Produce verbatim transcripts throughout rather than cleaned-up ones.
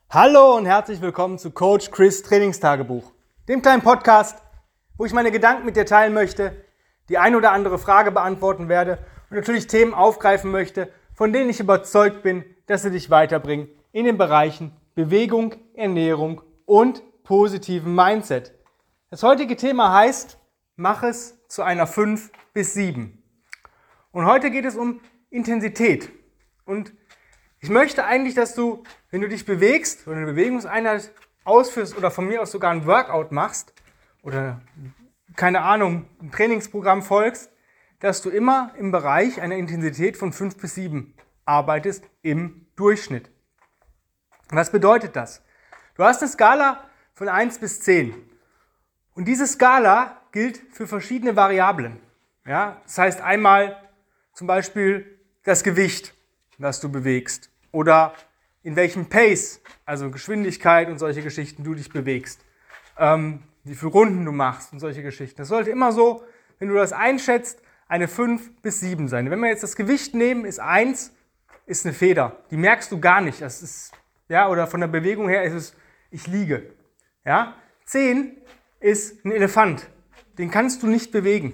Hallo und herzlich willkommen zu Coach Chris Trainingstagebuch, dem kleinen Podcast, wo ich meine Gedanken mit dir teilen möchte, die ein oder andere Frage beantworten werde und natürlich Themen aufgreifen möchte, von denen ich überzeugt bin, dass sie dich weiterbringen in den Bereichen Bewegung, Ernährung und positiven Mindset. Das heutige Thema heißt, mach es zu einer fünf bis sieben. Und heute geht es um Intensität. Und ich möchte eigentlich, dass du, wenn du dich bewegst oder eine Bewegungseinheit ausführst oder von mir aus sogar ein Workout machst oder, keine Ahnung, ein Trainingsprogramm folgst, dass du immer im Bereich einer Intensität von fünf bis sieben arbeitest im Durchschnitt. Was bedeutet das? Du hast eine Skala von eins bis zehn und diese Skala gilt für verschiedene Variablen. Ja? Das heißt einmal zum Beispiel das Gewicht, was du bewegst oder in welchem Pace, also Geschwindigkeit und solche Geschichten, du dich bewegst, ähm, wie viele Runden du machst und solche Geschichten. Das sollte immer so, wenn du das einschätzt, eine fünf bis sieben sein. Wenn wir jetzt das Gewicht nehmen, ist eins, ist eine Feder. Die merkst du gar nicht. Das ist, ja, oder von der Bewegung her ist es, ich liege. Ja? zehn ist ein Elefant. Den kannst du nicht bewegen.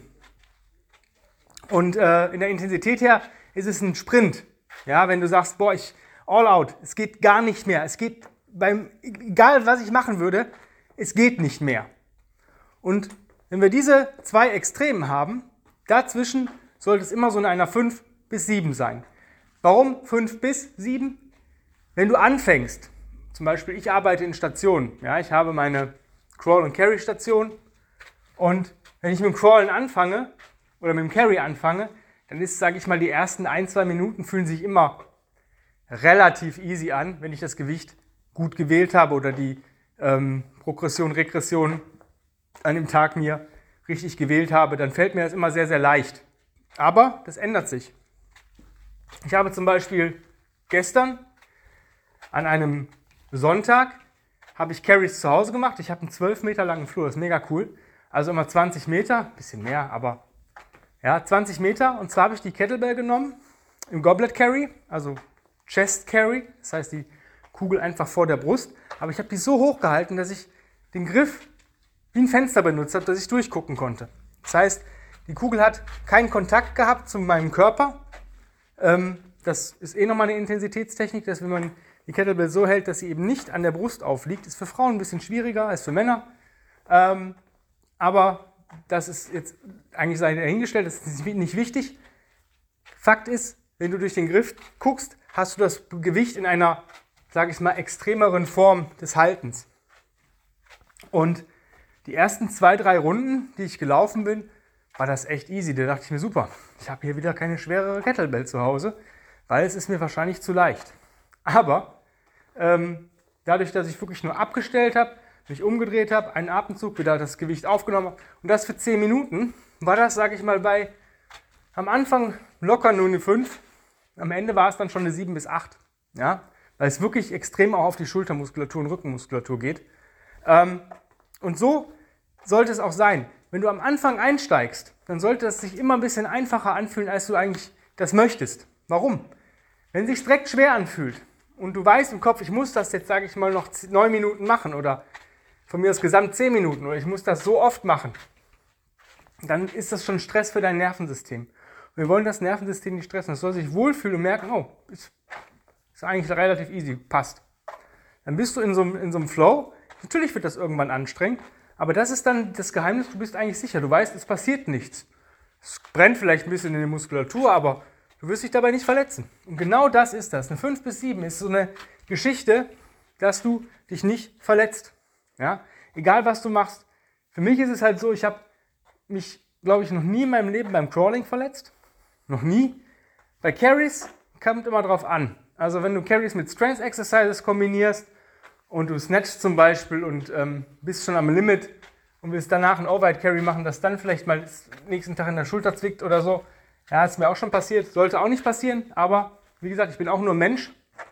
Und äh, in der Intensität her ist es ein Sprint. Ja, wenn du sagst, boah, ich all out, es geht gar nicht mehr. Es geht beim, egal was ich machen würde, es geht nicht mehr. Und wenn wir diese zwei Extremen haben, dazwischen sollte es immer so in einer fünf bis sieben sein. Warum fünf bis sieben? Wenn du anfängst, zum Beispiel ich arbeite in Stationen, ja, ich habe meine Crawl-and-Carry-Station und wenn ich mit dem Crawlen anfange oder mit dem Carry anfange, dann ist, sage ich mal, die ersten ein, zwei Minuten fühlen sich immer relativ easy an, wenn ich das Gewicht gut gewählt habe oder die ähm, Progression, Regression an dem Tag mir richtig gewählt habe, dann fällt mir das immer sehr, sehr leicht. Aber das ändert sich. Ich habe zum Beispiel gestern an einem Sonntag habe ich Carries zu Hause gemacht. Ich habe einen zwölf Meter langen Flur, das ist mega cool. Also immer zwanzig Meter, bisschen mehr, aber ja, zwanzig Meter. Und zwar habe ich die Kettlebell genommen im Goblet Carry, also Chest Carry, das heißt die Kugel einfach vor der Brust. Aber ich habe die so hoch gehalten, dass ich den Griff wie ein Fenster benutzt habe, dass ich durchgucken konnte. Das heißt, die Kugel hat keinen Kontakt gehabt zu meinem Körper. Ähm, das ist eh nochmal eine Intensitätstechnik, dass wenn man die Kettlebell so hält, dass sie eben nicht an der Brust aufliegt, ist für Frauen ein bisschen schwieriger als für Männer. Ähm, aber das ist jetzt eigentlich sei dahingestellt, das ist nicht wichtig. Fakt ist, wenn du durch den Griff guckst, hast du das Gewicht in einer, sage ich mal, extremeren Form des Haltens. Und die ersten zwei, drei Runden, die ich gelaufen bin, war das echt easy. Da dachte ich mir, super, ich habe hier wieder keine schwerere Kettlebell zu Hause, weil es ist mir wahrscheinlich zu leicht. Aber ähm, dadurch, dass ich wirklich nur abgestellt habe, mich umgedreht habe, einen Atemzug, wieder das Gewicht aufgenommen habe und das für zehn Minuten, war das, sage ich mal, bei am Anfang locker nur eine fünf, am Ende war es dann schon eine sieben bis acht, ja, weil es wirklich extrem auch auf die Schultermuskulatur und Rückenmuskulatur geht. Ähm, und so sollte es auch sein. Wenn du am Anfang einsteigst, dann sollte es sich immer ein bisschen einfacher anfühlen, als du eigentlich das möchtest. Warum? Wenn es sich direkt schwer anfühlt und du weißt im Kopf, ich muss das jetzt, sage ich mal, noch neun Minuten machen oder von mir aus gesamt zehn Minuten oder ich muss das so oft machen, dann ist das schon Stress für dein Nervensystem. Und wir wollen das Nervensystem nicht stressen. Es soll sich wohlfühlen und merken, oh, ist, ist eigentlich relativ easy, passt. Dann bist du in so, in so einem Flow. Natürlich wird das irgendwann anstrengend, aber das ist dann das Geheimnis, du bist eigentlich sicher. Du weißt, es passiert nichts. Es brennt vielleicht ein bisschen in der Muskulatur, aber du wirst dich dabei nicht verletzen. Und genau das ist das. Eine fünf bis sieben ist so eine Geschichte, dass du dich nicht verletzt. Ja? Egal, was du machst. Für mich ist es halt so, ich habe mich, glaube ich, noch nie in meinem Leben beim Crawling verletzt. Noch nie. Bei Carries kommt immer drauf an. Also wenn du Carries mit Strength Exercises kombinierst und du snatchst zum Beispiel und ähm, bist schon am Limit und willst danach einen Overhead Carry machen, dass dann vielleicht mal nächsten Tag in der Schulter zwickt oder so. Ja, ist mir auch schon passiert. Sollte auch nicht passieren, aber wie gesagt, ich bin auch nur Mensch.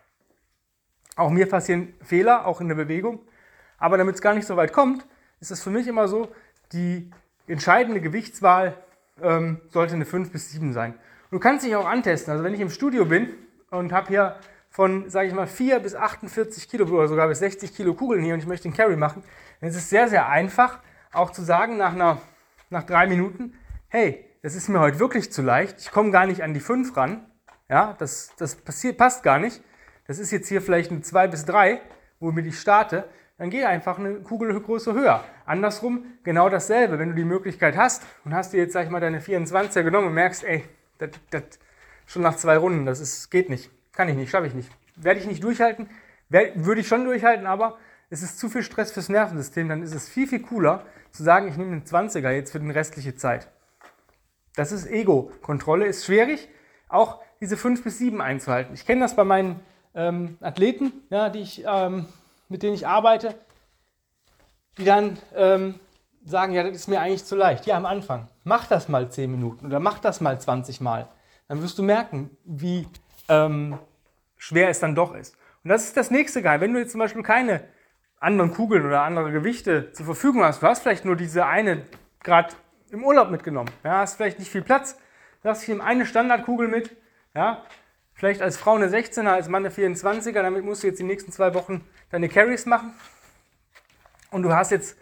Auch mir passieren Fehler, auch in der Bewegung. Aber damit es gar nicht so weit kommt, ist es für mich immer so, die entscheidende Gewichtswahl ähm, sollte eine fünf bis sieben sein. Und du kannst dich auch antesten. Also wenn ich im Studio bin und habe hier von, sage ich mal, vier bis achtundvierzig Kilo oder sogar bis sechzig Kilo Kugeln hier und ich möchte den Carry machen, dann ist es sehr, sehr einfach, auch zu sagen nach, einer, nach drei Minuten, hey, das ist mir heute wirklich zu leicht, ich komme gar nicht an die fünf ran, ja, das, das passiert, passt gar nicht, das ist jetzt hier vielleicht eine zwei bis drei, womit ich starte, dann geh einfach eine Kugelgröße höher. Andersrum genau dasselbe, wenn du die Möglichkeit hast und hast dir jetzt, sag ich mal, deine vierundzwanziger genommen und merkst, ey, das, das schon nach zwei Runden, das ist, geht nicht, kann ich nicht, schaffe ich nicht, werde ich nicht durchhalten, werd, würde ich schon durchhalten, aber es ist zu viel Stress fürs Nervensystem, dann ist es viel, viel cooler zu sagen, ich nehme einen zwanziger jetzt für die restliche Zeit. Das ist Ego-Kontrolle, ist schwierig, auch diese fünf bis sieben einzuhalten. Ich kenne das bei meinen ähm, Athleten, ja, die ich, ähm, mit denen ich arbeite, die dann ähm, sagen, ja, das ist mir eigentlich zu leicht. Ja, am Anfang, mach das mal zehn Minuten oder mach das mal zwanzig Mal. Dann wirst du merken, wie ähm, schwer es dann doch ist. Und das ist das nächste Geil. Wenn du jetzt zum Beispiel keine anderen Kugeln oder andere Gewichte zur Verfügung hast, du hast vielleicht nur diese eine gerade im Urlaub mitgenommen, ja, hast vielleicht nicht viel Platz, du hast hier eine Standardkugel mit, ja, vielleicht als Frau eine sechzehner, als Mann eine vierundzwanziger, damit musst du jetzt die nächsten zwei Wochen deine Carries machen und du hast jetzt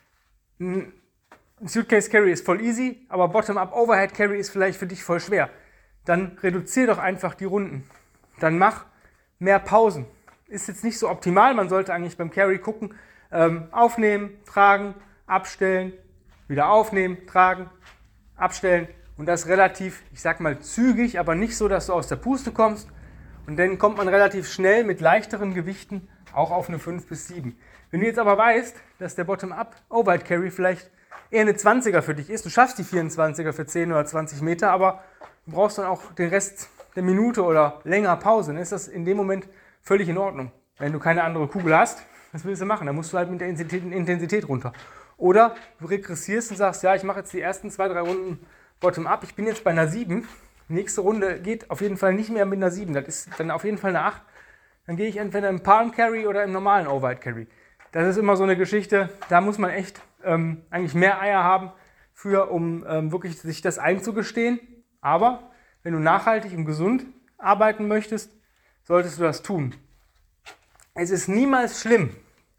ein Suitcase Carry ist voll easy, aber Bottom-up Overhead Carry ist vielleicht für dich voll schwer. Dann reduziere doch einfach die Runden, dann mach mehr Pausen. Ist jetzt nicht so optimal, man sollte eigentlich beim Carry gucken, ähm, aufnehmen, tragen, abstellen, wieder aufnehmen, tragen, abstellen und das relativ, ich sag mal zügig, aber nicht so, dass du aus der Puste kommst und dann kommt man relativ schnell mit leichteren Gewichten auch auf eine fünf bis sieben. Wenn du jetzt aber weißt, dass der Bottom-up Overhead Carry vielleicht eher eine zwanziger für dich ist, du schaffst die vierundzwanziger für zehn oder zwanzig Meter, aber du brauchst dann auch den Rest der Minute oder länger Pause, dann ist das in dem Moment völlig in Ordnung. Wenn du keine andere Kugel hast, was willst du machen? Dann musst du halt mit der Intensität, Intensität runter. Oder du regressierst und sagst, ja, ich mache jetzt die ersten zwei, drei Runden Bottom-up, ich bin jetzt bei einer sieben, nächste Runde geht auf jeden Fall nicht mehr mit einer sieben, das ist dann auf jeden Fall eine acht. Dann gehe ich entweder im Palm Carry oder im normalen Overhead Carry. Das ist immer so eine Geschichte, da muss man echt ähm, eigentlich mehr Eier haben, für, um ähm, wirklich sich das einzugestehen. Aber wenn du nachhaltig und gesund arbeiten möchtest, solltest du das tun. Es ist niemals schlimm,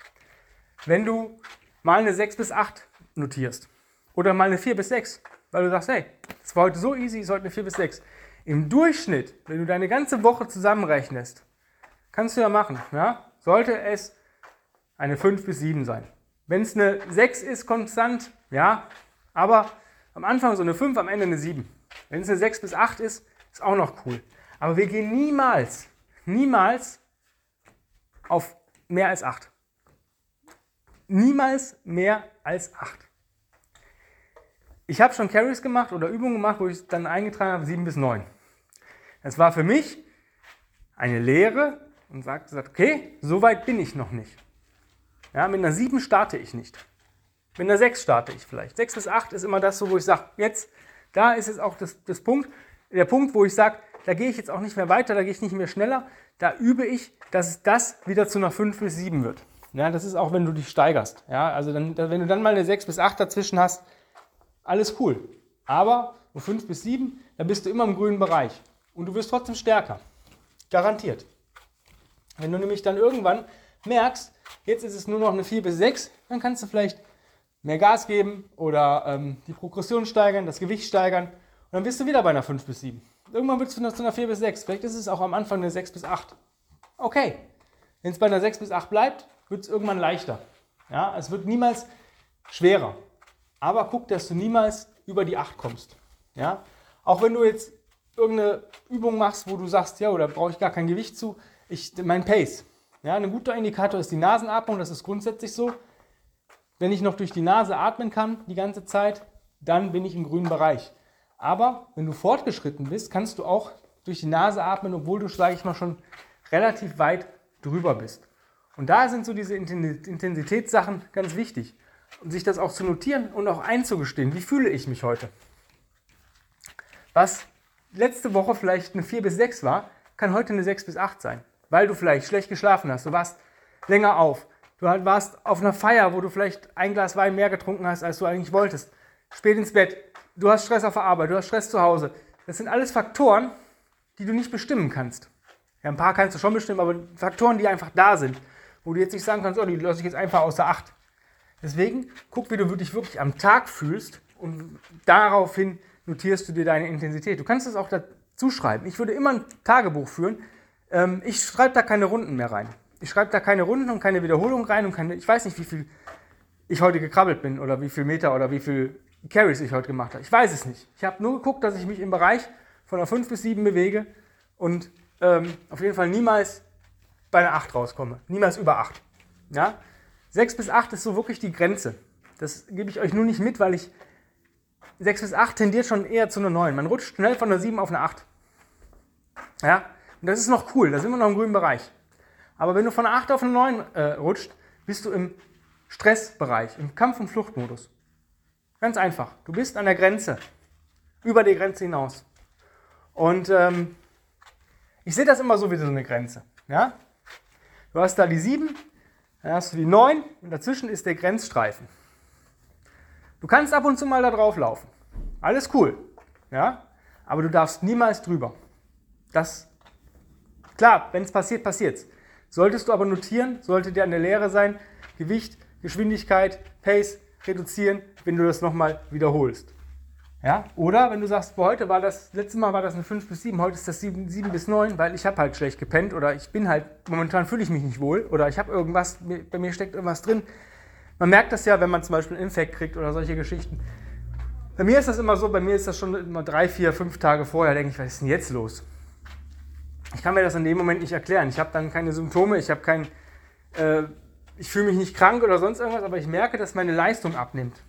wenn du mal eine sechs bis acht notierst oder mal eine vier bis sechs, weil du sagst, hey, das war heute so easy, ist heute eine vier bis sechs. Im Durchschnitt, wenn du deine ganze Woche zusammenrechnest, kannst du ja machen, ja, sollte es eine fünf bis sieben sein. Wenn es eine sechs ist, konstant, ja, aber am Anfang so eine fünf, am Ende eine sieben. Wenn es eine sechs bis acht ist, ist auch noch cool. Aber wir gehen niemals, niemals auf mehr als acht. Niemals mehr als acht. Ich habe schon Carries gemacht oder Übungen gemacht, wo ich dann eingetragen habe, sieben bis neun. Das war für mich eine Lehre und sagte, okay, so weit bin ich noch nicht. Ja, mit einer sieben starte ich nicht. Mit einer sechs starte ich vielleicht. sechs bis acht ist immer das so, wo ich sage, jetzt, da ist es auch das, das Punkt, der Punkt, wo ich sage, da gehe ich jetzt auch nicht mehr weiter, da gehe ich nicht mehr schneller. Da übe ich, dass das wieder zu einer fünf bis sieben wird. Ja, das ist auch, wenn du dich steigerst. Ja, also dann, wenn du dann mal eine sechs bis acht dazwischen hast, alles cool. Aber so fünf bis sieben, da bist du immer im grünen Bereich. Und du wirst trotzdem stärker. Garantiert. Wenn du nämlich dann irgendwann merkst, jetzt ist es nur noch eine vier bis sechs, dann kannst du vielleicht mehr Gas geben oder ähm, die Progression steigern, das Gewicht steigern und dann bist du wieder bei einer fünf bis sieben. Irgendwann wird es zu einer vier bis sechs, vielleicht ist es auch am Anfang eine sechs bis acht. Okay, wenn es bei einer sechs bis acht bleibt, wird es irgendwann leichter. Ja, es wird niemals schwerer, aber guck, dass du niemals über die acht kommst. Ja, auch wenn du jetzt irgendeine Übung machst, wo du sagst, ja, da brauche ich gar kein Gewicht zu, ich, mein Pace. Ja, ein guter Indikator ist die Nasenatmung, das ist grundsätzlich so. Wenn ich noch durch die Nase atmen kann die ganze Zeit, dann bin ich im grünen Bereich. Aber wenn du fortgeschritten bist, kannst du auch durch die Nase atmen, obwohl du, sage ich mal, schon relativ weit drüber bist. Und da sind so diese Intensitätssachen ganz wichtig. Und sich das auch zu notieren und auch einzugestehen, wie fühle ich mich heute? Was letzte Woche vielleicht eine vier bis sechs war, kann heute eine sechs bis acht sein. Weil du vielleicht schlecht geschlafen hast, du warst länger auf, du warst auf einer Feier, wo du vielleicht ein Glas Wein mehr getrunken hast, als du eigentlich wolltest, spät ins Bett, du hast Stress auf der Arbeit, du hast Stress zu Hause. Das sind alles Faktoren, die du nicht bestimmen kannst. Ja, ein paar kannst du schon bestimmen, aber Faktoren, die einfach da sind, wo du jetzt nicht sagen kannst, oh, die lasse ich jetzt einfach außer Acht. Deswegen, guck, wie du dich wirklich am Tag fühlst und daraufhin notierst du dir deine Intensität. Du kannst es auch dazu schreiben. Ich würde immer ein Tagebuch führen. Ähm, ich schreibe da keine Runden mehr rein. Ich schreibe da keine Runden und keine Wiederholung rein und keine, ich weiß nicht, wie viel ich heute gekrabbelt bin oder wie viel Meter oder wie viel Carries ich heute gemacht habe. Ich weiß es nicht. Ich habe nur geguckt, dass ich mich im Bereich von einer fünf bis sieben bewege und ähm, auf jeden Fall niemals bei einer acht rauskomme. Niemals über acht. Ja? sechs bis acht ist so wirklich die Grenze. Das gebe ich euch nur nicht mit, weil ich sechs bis acht tendiert schon eher zu einer neun. Man rutscht schnell von einer sieben auf eine acht. Ja? Und das ist noch cool, da sind wir noch im grünen Bereich. Aber wenn du von einer acht auf eine neun äh, rutscht, bist du im Stressbereich, im Kampf- und Fluchtmodus. Ganz einfach. Du bist an der Grenze, über die Grenze hinaus. Und ähm, ich sehe das immer so wie so eine Grenze. Ja? Du hast da die sieben, dann hast du die neun und dazwischen ist der Grenzstreifen. Du kannst ab und zu mal da drauf laufen. Alles cool. Ja? Aber du darfst niemals drüber. Das, klar, wenn es passiert, passiert es. Solltest du aber notieren, sollte dir an der Lehre sein, Gewicht, Geschwindigkeit, Pace reduzieren, wenn du das nochmal wiederholst. Ja? Oder wenn du sagst, boah, heute war das, letztes Mal war das eine fünf bis sieben, heute ist das sieben, sieben bis neun, weil ich habe halt schlecht gepennt oder ich bin halt, momentan fühle ich mich nicht wohl oder ich habe irgendwas, bei mir steckt irgendwas drin. Man merkt das ja, wenn man zum Beispiel einen Infekt kriegt oder solche Geschichten. Bei mir ist das immer so, bei mir ist das schon immer drei, vier, fünf Tage vorher, denke ich, was ist denn jetzt los? Ich kann mir das in dem Moment nicht erklären. Ich habe dann keine Symptome, ich habe kein, äh, ich fühle mich nicht krank oder sonst irgendwas, aber ich merke, dass meine Leistung abnimmt.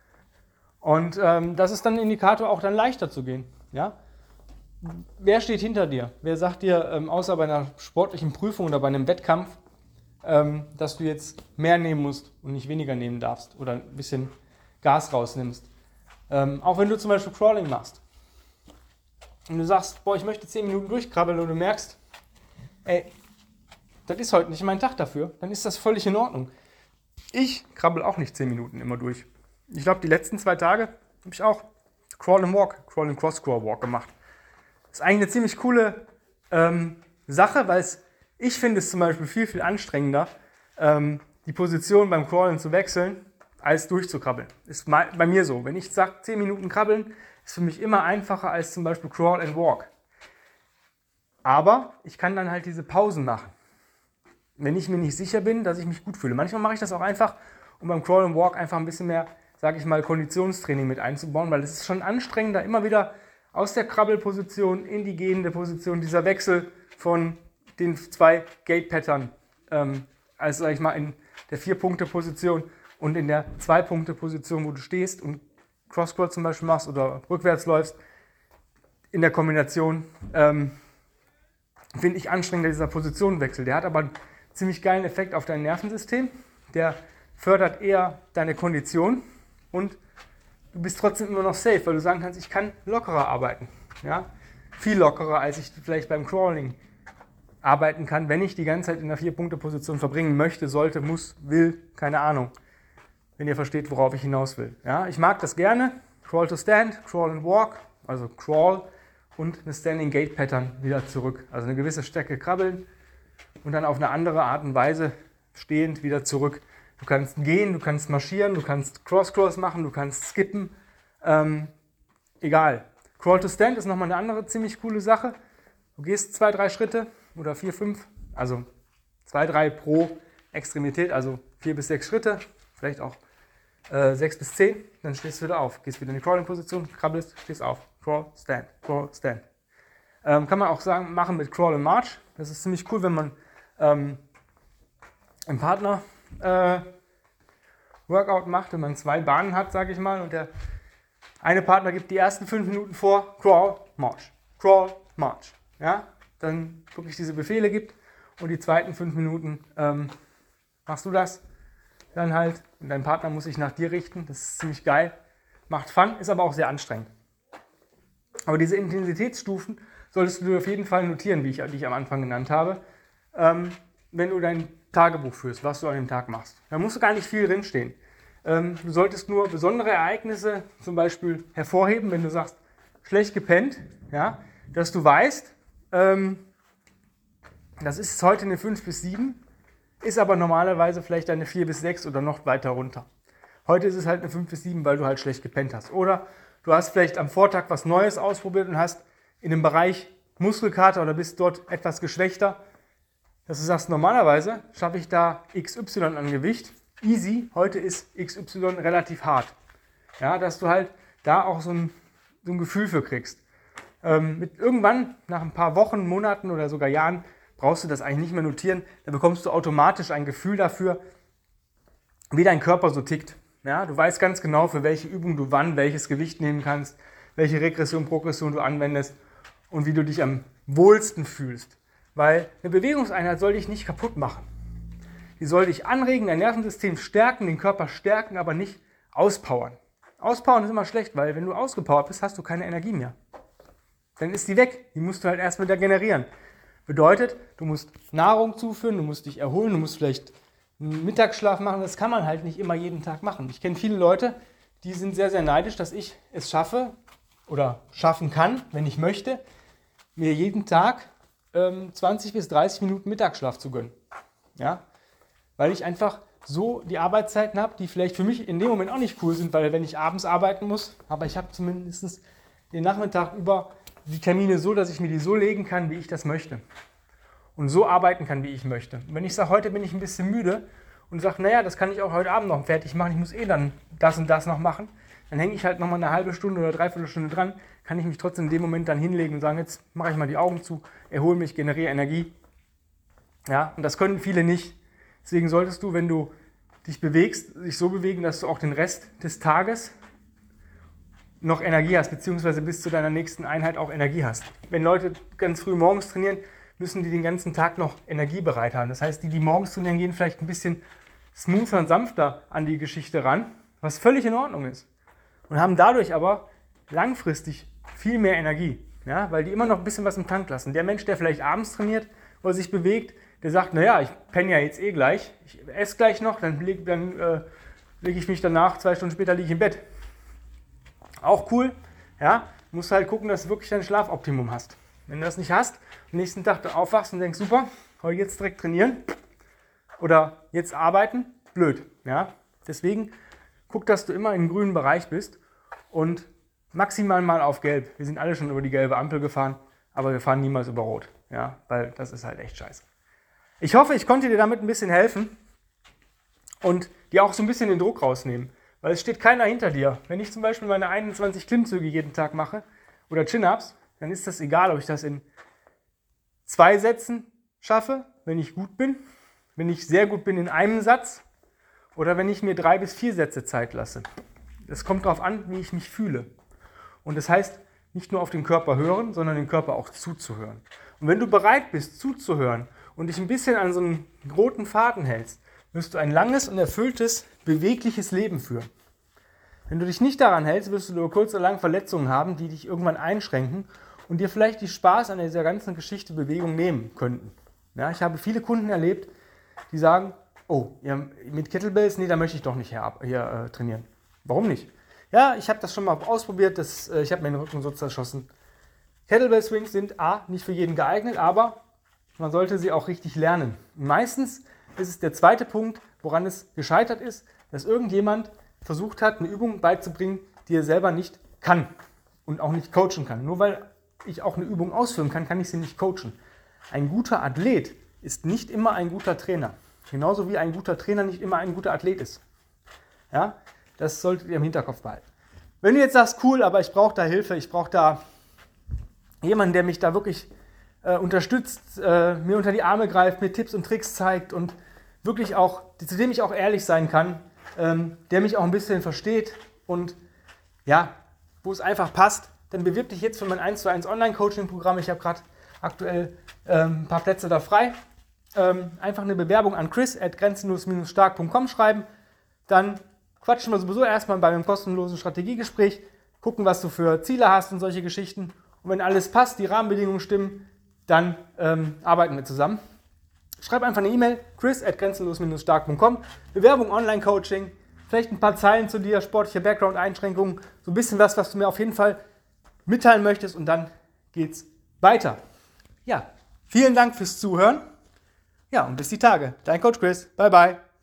Und ähm, das ist dann ein Indikator, auch dann leichter zu gehen. Ja? Wer steht hinter dir? Wer sagt dir, ähm, außer bei einer sportlichen Prüfung oder bei einem Wettkampf, ähm, dass du jetzt mehr nehmen musst und nicht weniger nehmen darfst oder ein bisschen Gas rausnimmst? Ähm, auch wenn du zum Beispiel Crawling machst. Und du sagst, boah, ich möchte zehn Minuten durchkrabbeln und du merkst, ey, das ist heute nicht mein Tag dafür, dann ist das völlig in Ordnung. Ich krabbel auch nicht zehn Minuten immer durch. Ich glaube, die letzten zwei Tage habe ich auch Crawl and Walk, Crawl and Cross Crawl Walk gemacht. Das ist eigentlich eine ziemlich coole ähm, Sache, weil es, ich finde es zum Beispiel viel, viel anstrengender, ähm, die Position beim Crawlen zu wechseln, als durchzukrabbeln. Ist bei mir so. Wenn ich sage, zehn Minuten krabbeln, ist für mich immer einfacher als zum Beispiel Crawl and Walk. Aber ich kann dann halt diese Pausen machen. Wenn ich mir nicht sicher bin, dass ich mich gut fühle. Manchmal mache ich das auch einfach, um beim Crawl and Walk einfach ein bisschen mehr, sage ich mal, Konditionstraining mit einzubauen, weil es ist schon anstrengender, immer wieder aus der Krabbelposition in die gehende Position, dieser Wechsel von den zwei Gate-Pattern, ähm, also sage ich mal in der Vier-Punkte-Position und in der Zwei-Punkte-Position, wo du stehst und Cross-Crawl zum Beispiel machst oder rückwärts läufst, in der Kombination, ähm, finde ich anstrengender dieser Positionenwechsel. Der hat aber einen ziemlich geilen Effekt auf dein Nervensystem. Der fördert eher deine Kondition und du bist trotzdem immer noch safe, weil du sagen kannst, ich kann lockerer arbeiten. Ja? Viel lockerer, als ich vielleicht beim Crawling arbeiten kann, wenn ich die ganze Zeit in der Vier-Punkte-Position verbringen möchte, sollte, muss, will, keine Ahnung. Wenn ihr versteht, worauf ich hinaus will. Ja? Ich mag das gerne. Crawl to Stand, Crawl and Walk, also Crawl und eine Standing Gate Pattern wieder zurück. Also eine gewisse Strecke krabbeln und dann auf eine andere Art und Weise stehend wieder zurück. Du kannst gehen, du kannst marschieren, du kannst Cross-Cross machen, du kannst skippen. Ähm, egal. Crawl to Stand ist nochmal eine andere ziemlich coole Sache. Du gehst zwei, drei Schritte oder vier, fünf, also zwei, drei pro Extremität, also vier bis sechs Schritte, vielleicht auch äh, sechs bis zehn, dann stehst du wieder auf. Gehst wieder in die Crawling-Position, krabbelst, stehst auf. Crawl, Stand, Crawl, Stand. Ähm, kann man auch sagen, machen mit Crawl and March. Das ist ziemlich cool, wenn man ähm, einen Partner äh, Workout macht, wenn man zwei Bahnen hat, sage ich mal, und der eine Partner gibt die ersten fünf Minuten vor, Crawl, March, Crawl, March. Ja? Dann wirklich diese Befehle gibt und die zweiten fünf Minuten ähm, machst du das dann halt und dein Partner muss sich nach dir richten. Das ist ziemlich geil, macht Fun, ist aber auch sehr anstrengend. Aber diese Intensitätsstufen solltest du auf jeden Fall notieren, wie ich dich am Anfang genannt habe, ähm, wenn du dein Tagebuch führst, was du an dem Tag machst. Da musst du gar nicht viel drinstehen. Ähm, du solltest nur besondere Ereignisse zum Beispiel hervorheben, wenn du sagst, schlecht gepennt, ja, dass du weißt, ähm, Das ist heute eine fünf bis sieben, ist aber normalerweise vielleicht eine vier bis sechs oder noch weiter runter. Heute ist es halt eine fünf bis sieben, weil du halt schlecht gepennt hast. Oder du hast vielleicht am Vortag was Neues ausprobiert und hast in dem Bereich Muskelkater oder bist dort etwas geschwächter, dass du sagst, normalerweise schaffe ich da X Y an Gewicht. Easy, heute ist X Y relativ hart. Ja, dass du halt da auch so ein, so ein Gefühl für kriegst. Ähm, mit irgendwann, nach ein paar Wochen, Monaten oder sogar Jahren, brauchst du das eigentlich nicht mehr notieren. Da bekommst du automatisch ein Gefühl dafür, wie dein Körper so tickt. Ja, du weißt ganz genau, für welche Übung du wann welches Gewicht nehmen kannst, welche Regression, Progression du anwendest und wie du dich am wohlsten fühlst. Weil eine Bewegungseinheit soll dich nicht kaputt machen. Die soll dich anregen, dein Nervensystem stärken, den Körper stärken, aber nicht auspowern. Auspowern ist immer schlecht, weil wenn du ausgepowert bist, hast du keine Energie mehr. Dann ist die weg. Die musst du halt erst wieder generieren. Bedeutet, du musst Nahrung zuführen, du musst dich erholen, du musst vielleicht einen Mittagsschlaf machen. Das kann man halt nicht immer jeden Tag machen. Ich kenne viele Leute, die sind sehr, sehr neidisch, dass ich es schaffe oder schaffen kann, wenn ich möchte, mir jeden Tag ähm, zwanzig bis dreißig Minuten Mittagsschlaf zu gönnen. Ja? Weil ich einfach so die Arbeitszeiten habe, die vielleicht für mich in dem Moment auch nicht cool sind, weil wenn ich abends arbeiten muss, aber ich habe zumindest den Nachmittag über die Termine so, dass ich mir die so legen kann, wie ich das möchte. Und so arbeiten kann, wie ich möchte. Und wenn ich sage, heute bin ich ein bisschen müde und sage, naja, das kann ich auch heute Abend noch fertig machen, ich muss eh dann das und das noch machen, dann hänge ich halt nochmal eine halbe Stunde oder dreiviertel Stunde dran, kann ich mich trotzdem in dem Moment dann hinlegen und sagen, jetzt mache ich mal die Augen zu, erhole mich, generiere Energie. Ja, und das können viele nicht. Deswegen solltest du, wenn du dich bewegst, dich so bewegen, dass du auch den Rest des Tages noch Energie hast, beziehungsweise bis zu deiner nächsten Einheit auch Energie hast. Wenn Leute ganz früh morgens trainieren, müssen die den ganzen Tag noch Energie bereit haben. Das heißt, die, die morgens trainieren, gehen vielleicht ein bisschen smoother und sanfter an die Geschichte ran, was völlig in Ordnung ist. Und haben dadurch aber langfristig viel mehr Energie, ja, weil die immer noch ein bisschen was im Tank lassen. Der Mensch, der vielleicht abends trainiert oder sich bewegt, der sagt, naja, ich penne ja jetzt eh gleich, ich esse gleich noch, dann lege dann, äh, leg ich mich danach, zwei Stunden später liege ich im Bett. Auch cool, ja, du musst halt gucken, dass du wirklich dein Schlafoptimum hast. Wenn du das nicht hast, am nächsten Tag du aufwachst und denkst, super, heute jetzt direkt trainieren oder jetzt arbeiten, blöd, ja. Deswegen guck, dass du immer im grünen Bereich bist und maximal mal auf gelb. Wir sind alle schon über die gelbe Ampel gefahren, aber wir fahren niemals über rot, ja, weil das ist halt echt scheiße. Ich hoffe, ich konnte dir damit ein bisschen helfen und dir auch so ein bisschen den Druck rausnehmen, weil es steht keiner hinter dir. Wenn ich zum Beispiel meine einundzwanzig Klimmzüge jeden Tag mache oder Chin-Ups, dann ist das egal, ob ich das in zwei Sätzen schaffe, wenn ich gut bin, wenn ich sehr gut bin in einem Satz oder wenn ich mir drei bis vier Sätze Zeit lasse. Das kommt darauf an, wie ich mich fühle. Und das heißt, nicht nur auf den Körper hören, sondern den Körper auch zuzuhören. Und wenn du bereit bist, zuzuhören und dich ein bisschen an so einen roten Faden hältst, wirst du ein langes und erfülltes, bewegliches Leben führen. Wenn du dich nicht daran hältst, wirst du über kurz oder lang Verletzungen haben, die dich irgendwann einschränken und dir vielleicht die Spaß an dieser ganzen Geschichte Bewegung nehmen könnten. Ja, ich habe viele Kunden erlebt, die sagen, oh, ja, mit Kettlebells, nee, da möchte ich doch nicht hier, hier äh, trainieren. Warum nicht? Ja, ich habe das schon mal ausprobiert, das, äh, ich habe mir den Rücken so zerschossen. Kettlebell Swings sind A, nicht für jeden geeignet, aber man sollte sie auch richtig lernen. Und meistens ist es der zweite Punkt, woran es gescheitert ist, dass irgendjemand versucht hat, eine Übung beizubringen, die er selber nicht kann und auch nicht coachen kann. Nur weil ich auch eine Übung ausführen kann, kann ich sie nicht coachen. Ein guter Athlet ist nicht immer ein guter Trainer. Genauso wie ein guter Trainer nicht immer ein guter Athlet ist. Ja, das solltet ihr im Hinterkopf behalten. Wenn du jetzt sagst, cool, aber ich brauche da Hilfe, ich brauche da jemanden, der mich da wirklich äh, unterstützt, äh, mir unter die Arme greift, mir Tipps und Tricks zeigt und wirklich auch, zu dem ich auch ehrlich sein kann, ähm, der mich auch ein bisschen versteht und ja, wo es einfach passt, dann bewirb dich jetzt für mein eins zu eins Online-Coaching-Programm. Ich habe gerade aktuell ähm, ein paar Plätze da frei. Ähm, einfach eine Bewerbung an chris at grenzenlos stark punkt com schreiben. Dann quatschen wir sowieso erstmal bei einem kostenlosen Strategiegespräch, gucken, was du für Ziele hast und solche Geschichten. Und wenn alles passt, die Rahmenbedingungen stimmen, dann ähm, arbeiten wir zusammen. Schreib einfach eine E-Mail, chris at grenzenlos stark punkt com, Bewerbung Online-Coaching, vielleicht ein paar Zeilen zu dir, sportliche Background-Einschränkungen, so ein bisschen was, was du mir auf jeden Fall mitteilen möchtest und dann geht's weiter. Ja, Vielen Dank fürs Zuhören. Ja, und bis die Tage. Dein Coach Chris. Bye, bye.